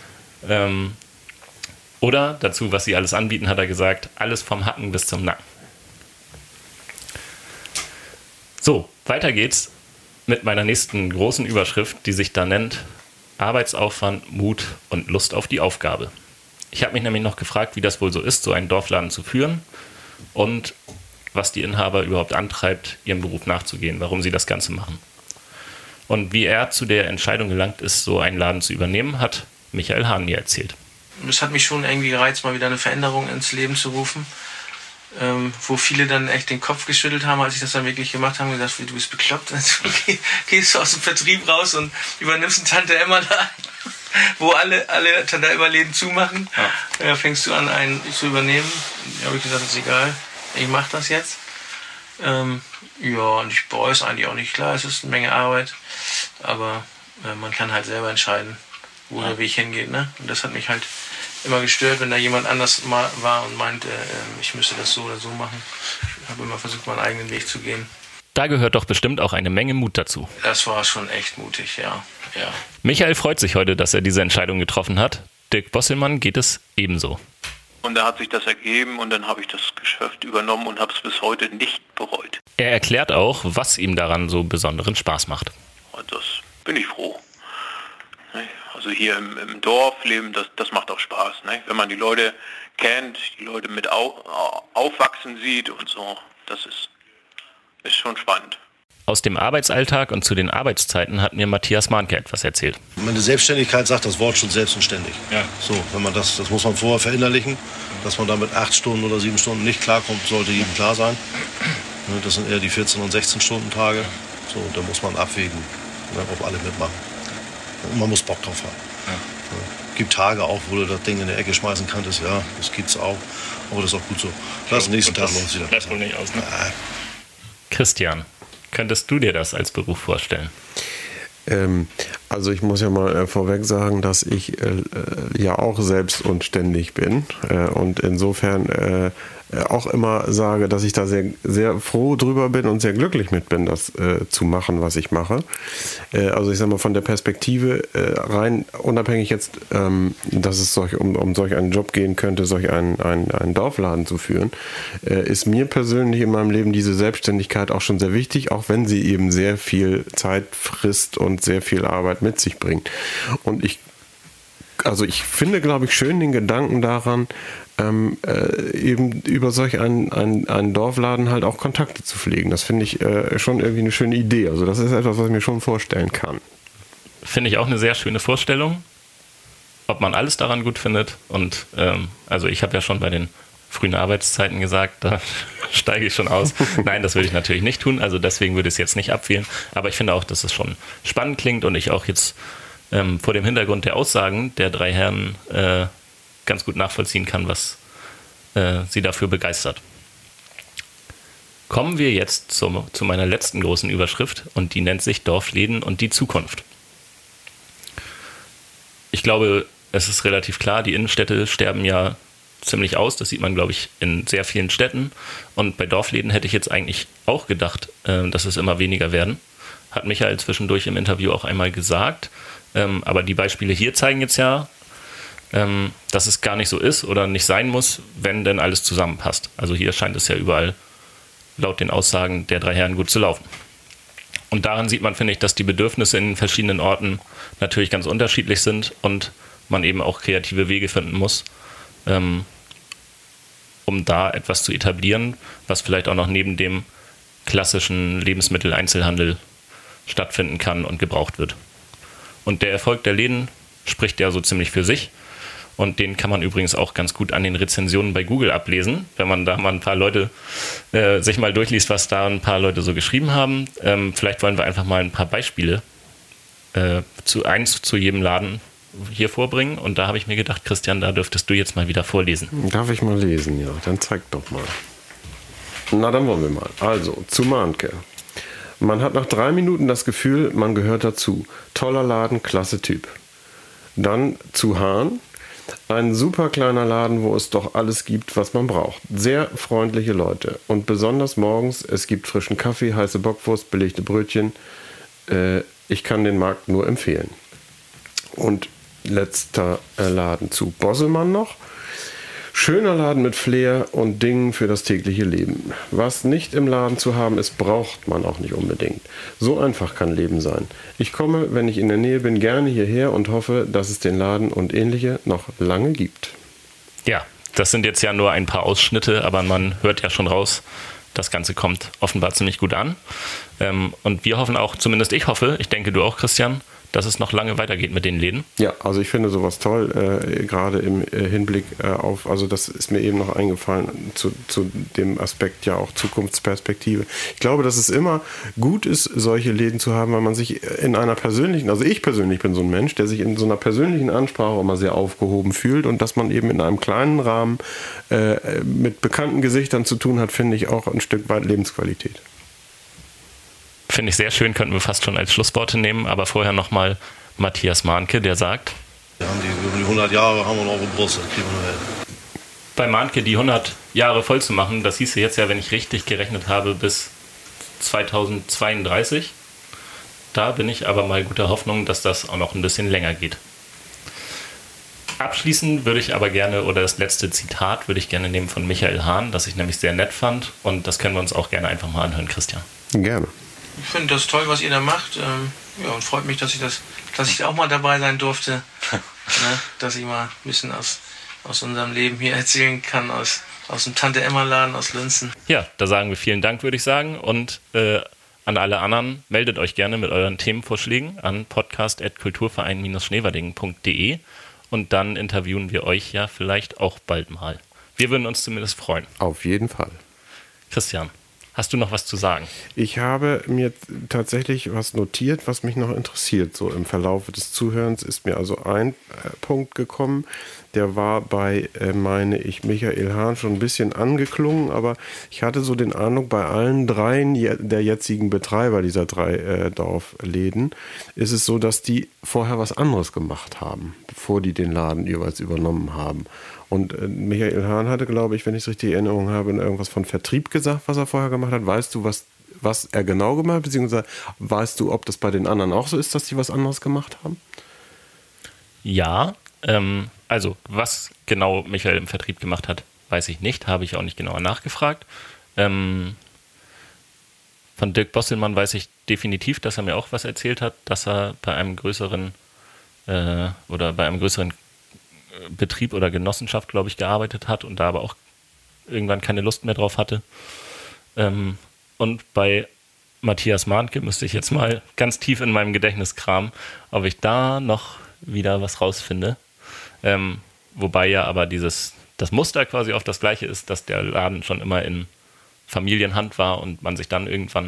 Oder dazu, was sie alles anbieten, hat er gesagt, alles vom Hacken bis zum Nacken. So, weiter geht's mit meiner nächsten großen Überschrift, die sich da nennt Arbeitsaufwand, Mut und Lust auf die Aufgabe. Ich habe mich nämlich noch gefragt, wie das wohl so ist, so einen Dorfladen zu führen und was die Inhaber überhaupt antreibt, ihrem Beruf nachzugehen, warum sie das Ganze machen. Und wie er zu der Entscheidung gelangt ist, so einen Laden zu übernehmen, hat Michael Hahn mir erzählt. Es hat mich schon irgendwie gereizt, mal wieder eine Veränderung ins Leben zu rufen, wo viele dann echt den Kopf geschüttelt haben, als ich das dann wirklich gemacht habe und gesagt, du bist bekloppt, also gehst du aus dem Vertrieb raus und übernimmst einen Tante-Emma-Laden, wo alle Tante-Emma-Läden zumachen. Ja. Fängst du an, einen zu übernehmen. Da habe ich gesagt, das ist egal, ich mache das jetzt. Und ich bereue es eigentlich auch nicht. Klar, es ist eine Menge Arbeit, aber man kann halt selber entscheiden, wo der Weg hingeht. Ne? Und das hat mich halt immer gestört, wenn da jemand anders war und meinte, ich müsste das so oder so machen. Ich habe immer versucht, meinen eigenen Weg zu gehen. Da gehört doch bestimmt auch eine Menge Mut dazu. Das war schon echt mutig, ja. Michael freut sich heute, dass er diese Entscheidung getroffen hat. Dirk Bosselmann geht es ebenso. Und da hat sich das ergeben und dann habe ich das Geschäft übernommen und habe es bis heute nicht bereut. Er erklärt auch, was ihm daran so besonderen Spaß macht. Und das bin ich froh. Also hier im Dorf leben, das macht auch Spaß. Wenn man die Leute kennt, die Leute mit aufwachsen sieht und so, das ist schon spannend. Aus dem Arbeitsalltag und zu den Arbeitszeiten hat mir Matthias Mahnke etwas erzählt. Meine Selbstständigkeit sagt das Wort schon selbst und ständig. Ja. So, wenn man das muss man vorher verinnerlichen, dass man damit 8 Stunden oder 7 Stunden nicht klarkommt, sollte jedem klar sein. Das sind eher die 14 und 16 Stunden Tage. So, da muss man abwägen, ob alle mitmachen. Und man muss Bock drauf haben. Ja. Gibt Tage auch, wo du das Ding in der Ecke schmeißen kannst. Ja, das gibt's auch. Aber das ist auch gut so. Das nächsten Tag lohnt es wieder. Das wohl nicht aus, ne? Christian, könntest du dir das als Beruf vorstellen? Also ich muss ja mal vorweg sagen, dass ich ja auch selbst und ständig bin und insofern auch immer sage, dass ich da sehr, sehr froh drüber bin und sehr glücklich mit bin, das zu machen, was ich mache. Also ich sage mal von der Perspektive rein, unabhängig jetzt, dass es um solch einen Job gehen könnte, solch einen Dorfladen zu führen, ist mir persönlich in meinem Leben diese Selbstständigkeit auch schon sehr wichtig, auch wenn sie eben sehr viel Zeit frisst und sehr viel Arbeit mit sich bringt. Und ich finde, glaube ich, schön den Gedanken daran, eben über solch einen Dorfladen halt auch Kontakte zu pflegen. Das finde ich schon irgendwie eine schöne Idee. Also das ist etwas, was ich mir schon vorstellen kann. Finde ich auch eine sehr schöne Vorstellung. Ob man alles daran gut findet. Und also ich habe ja schon bei den frühen Arbeitszeiten gesagt, da steige ich schon aus. Nein, das würde ich natürlich nicht tun. Also deswegen würde ich es jetzt nicht abwählen. Aber ich finde auch, dass es schon spannend klingt und ich auch jetzt vor dem Hintergrund der Aussagen der 3 Herren ganz gut nachvollziehen kann, was sie dafür begeistert. Kommen wir jetzt zu meiner letzten großen Überschrift und die nennt sich Dorfläden und die Zukunft. Ich glaube, es ist relativ klar, die Innenstädte sterben ja ziemlich aus. Das sieht man, glaube ich, in sehr vielen Städten. Und bei Dorfläden hätte ich jetzt eigentlich auch gedacht, dass es immer weniger werden. Hat Michael zwischendurch im Interview auch einmal gesagt. Aber die Beispiele hier zeigen jetzt ja, dass es gar nicht so ist oder nicht sein muss, wenn denn alles zusammenpasst. Also hier scheint es ja überall laut den Aussagen der 3 Herren gut zu laufen. Und daran sieht man, finde ich, dass die Bedürfnisse in verschiedenen Orten natürlich ganz unterschiedlich sind und man eben auch kreative Wege finden muss, um da etwas zu etablieren, was vielleicht auch noch neben dem klassischen Lebensmitteleinzelhandel stattfinden kann und gebraucht wird. Und der Erfolg der Läden spricht ja so ziemlich für sich. Und den kann man übrigens auch ganz gut an den Rezensionen bei Google ablesen, wenn man da mal ein paar Leute sich mal durchliest, was da ein paar Leute so geschrieben haben. Vielleicht wollen wir einfach mal ein paar Beispiele zu jedem Laden hier vorbringen. Und da habe ich mir gedacht, Christian, da dürftest du jetzt mal wieder vorlesen. Darf ich mal lesen, ja. Dann zeig doch mal. Na, dann wollen wir mal. Also, zu Mahnke. Man hat nach 3 Minuten das Gefühl, man gehört dazu. Toller Laden, klasse Typ. Dann zu Hahn. Ein super kleiner Laden, wo es doch alles gibt, was man braucht. Sehr freundliche Leute. Und besonders morgens, es gibt frischen Kaffee, heiße Bockwurst, belegte Brötchen. Ich kann den Markt nur empfehlen. Und letzter Laden zu Bosselmann noch. Schöner Laden mit Flair und Dingen für das tägliche Leben. Was nicht im Laden zu haben ist, braucht man auch nicht unbedingt. So einfach kann Leben sein. Ich komme, wenn ich in der Nähe bin, gerne hierher und hoffe, dass es den Laden und ähnliche noch lange gibt. Ja, das sind jetzt ja nur ein paar Ausschnitte, aber man hört ja schon raus, das Ganze kommt offenbar ziemlich gut an. Und wir hoffen auch, zumindest ich hoffe, ich denke du auch, Christian, dass es noch lange weitergeht mit den Läden. Ja, also ich finde sowas toll, gerade im Hinblick auf, also das ist mir eben noch eingefallen, zu dem Aspekt ja auch Zukunftsperspektive. Ich glaube, dass es immer gut ist, solche Läden zu haben, weil man sich in einer persönlichen, also ich persönlich bin so ein Mensch, der sich in so einer persönlichen Ansprache immer sehr aufgehoben fühlt und dass man eben in einem kleinen Rahmen mit bekannten Gesichtern zu tun hat, finde ich auch ein Stück weit Lebensqualität. Finde ich sehr schön, könnten wir fast schon als Schlussworte nehmen, aber vorher nochmal Matthias Mahnke, der sagt: Wir haben die 100 Jahre haben wir noch auf der Brust, das kriegen wir hin. Bei Mahnke die 100 Jahre voll zu machen, das hieße jetzt ja, wenn ich richtig gerechnet habe, bis 2032. Da bin ich aber mal guter Hoffnung, dass das auch noch ein bisschen länger geht. Abschließend würde ich aber gerne, oder das letzte Zitat würde ich gerne nehmen von Michael Hahn, das ich nämlich sehr nett fand. Und das können wir uns auch gerne einfach mal anhören, Christian. Gerne. Ich finde das toll, was ihr da macht. Und freut mich, dass ich auch mal dabei sein durfte. Ne? Dass ich mal ein bisschen aus unserem Leben hier erzählen kann, aus dem Tante-Emma-Laden aus Lünzen. Ja, da sagen wir vielen Dank, würde ich sagen. Und an alle anderen, meldet euch gerne mit euren Themenvorschlägen an podcast@kulturverein-schneverdingen.de. Und dann interviewen wir euch ja vielleicht auch bald mal. Wir würden uns zumindest freuen. Auf jeden Fall. Christian, hast du noch was zu sagen? Ich habe mir tatsächlich was notiert, was mich noch interessiert. So im Verlauf des Zuhörens ist mir also ein Punkt gekommen. Der war bei, meine ich, Michael Hahn schon ein bisschen angeklungen, aber ich hatte so den Eindruck, bei allen dreien der jetzigen Betreiber dieser 3 Dorfläden ist es so, dass die vorher was anderes gemacht haben, bevor die den Laden jeweils übernommen haben. Und Michael Hahn hatte, glaube ich, wenn ich es richtig in Erinnerung habe, irgendwas von Vertrieb gesagt, was er vorher gemacht hat. Weißt du, was er genau gemacht hat, beziehungsweise weißt du, ob das bei den anderen auch so ist, dass die was anderes gemacht haben? Ja, also was genau Michael im Vertrieb gemacht hat, weiß ich nicht, habe ich auch nicht genauer nachgefragt. Von Dirk Bosselmann weiß ich definitiv, dass er mir auch was erzählt hat, dass er bei einem größeren Betrieb oder Genossenschaft, glaube ich, gearbeitet hat und da aber auch irgendwann keine Lust mehr drauf hatte. Und bei Matthias Mahnke müsste ich jetzt mal ganz tief in meinem Gedächtnis kramen, ob ich da noch wieder was rausfinde. Wobei ja aber das Muster quasi oft das gleiche ist, dass der Laden schon immer in Familienhand war und man sich dann irgendwann,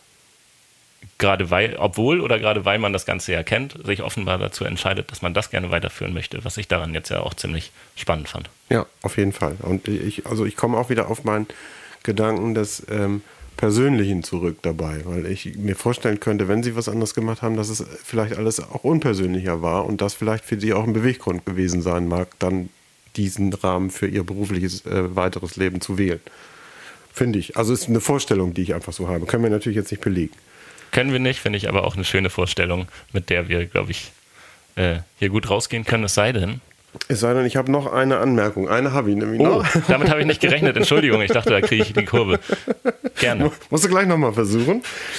gerade weil man das Ganze ja kennt, sich offenbar dazu entscheidet, dass man das gerne weiterführen möchte, was ich daran jetzt ja auch ziemlich spannend fand. Ja, auf jeden Fall. Und ich komme auch wieder auf meinen Gedanken des Persönlichen zurück dabei, weil ich mir vorstellen könnte, wenn sie was anderes gemacht haben, dass es vielleicht alles auch unpersönlicher war und das vielleicht für sie auch ein Beweggrund gewesen sein mag, dann diesen Rahmen für ihr berufliches weiteres Leben zu wählen. Finde ich. Also ist eine Vorstellung, die ich einfach so habe. Können wir natürlich jetzt nicht belegen. Können wir nicht, finde ich aber auch eine schöne Vorstellung, mit der wir, glaube ich, hier gut rausgehen können, es sei denn, ich habe noch eine Anmerkung. Eine habe ich nämlich noch. Damit habe ich nicht gerechnet. Entschuldigung, ich dachte, da kriege ich die Kurve. Gerne. Musst du gleich nochmal versuchen.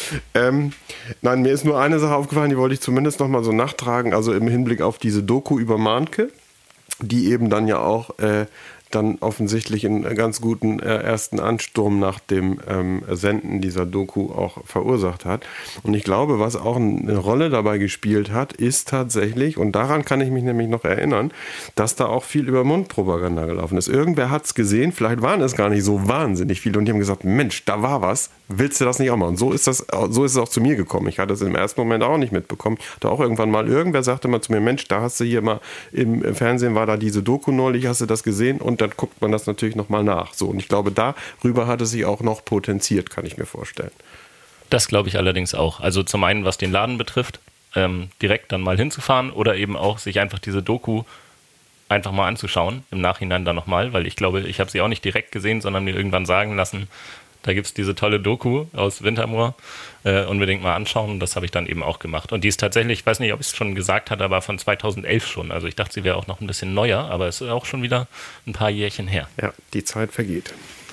Nein, mir ist nur eine Sache aufgefallen, die wollte ich zumindest nochmal so nachtragen. Also im Hinblick auf diese Doku über Mahnke, die eben dann ja auch dann offensichtlich einen ganz guten ersten Ansturm nach dem Senden dieser Doku auch verursacht hat. Und ich glaube, was auch eine Rolle dabei gespielt hat, ist tatsächlich, und daran kann ich mich nämlich noch erinnern, dass da auch viel über Mundpropaganda gelaufen ist. Irgendwer hat es gesehen, vielleicht waren es gar nicht so wahnsinnig viele und die haben gesagt, Mensch, da war was, willst du das nicht auch machen? Und so ist es auch zu mir gekommen. Ich hatte es im ersten Moment auch nicht mitbekommen. Da auch irgendwer sagte mal zu mir, Mensch, da hast du hier mal im Fernsehen, war da diese Doku neulich, hast du das gesehen? Und dann guckt man das natürlich nochmal nach. So, und ich glaube, darüber hat es sich auch noch potenziert, kann ich mir vorstellen. Das glaube ich allerdings auch. Also zum einen, was den Laden betrifft, direkt dann mal hinzufahren oder eben auch sich einfach diese Doku einfach mal anzuschauen, im Nachhinein dann nochmal, weil ich glaube, ich habe sie auch nicht direkt gesehen, sondern mir irgendwann sagen lassen, da gibt es diese tolle Doku aus Wintermoor, unbedingt mal anschauen. Und das habe ich dann eben auch gemacht. Und die ist tatsächlich, ich weiß nicht, ob ich es schon gesagt hatte, aber von 2011 schon. Also ich dachte, sie wäre auch noch ein bisschen neuer, aber es ist auch schon wieder ein paar Jährchen her. Ja, die Zeit vergeht.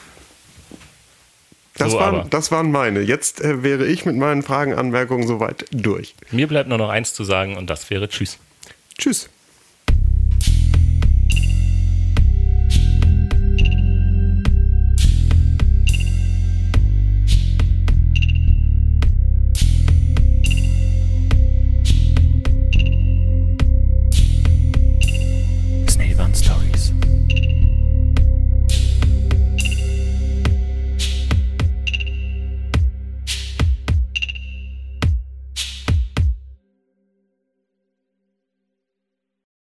Das waren meine. Jetzt wäre ich mit meinen Fragen, Anmerkungen soweit durch. Mir bleibt nur noch eins zu sagen und das wäre Tschüss. Tschüss.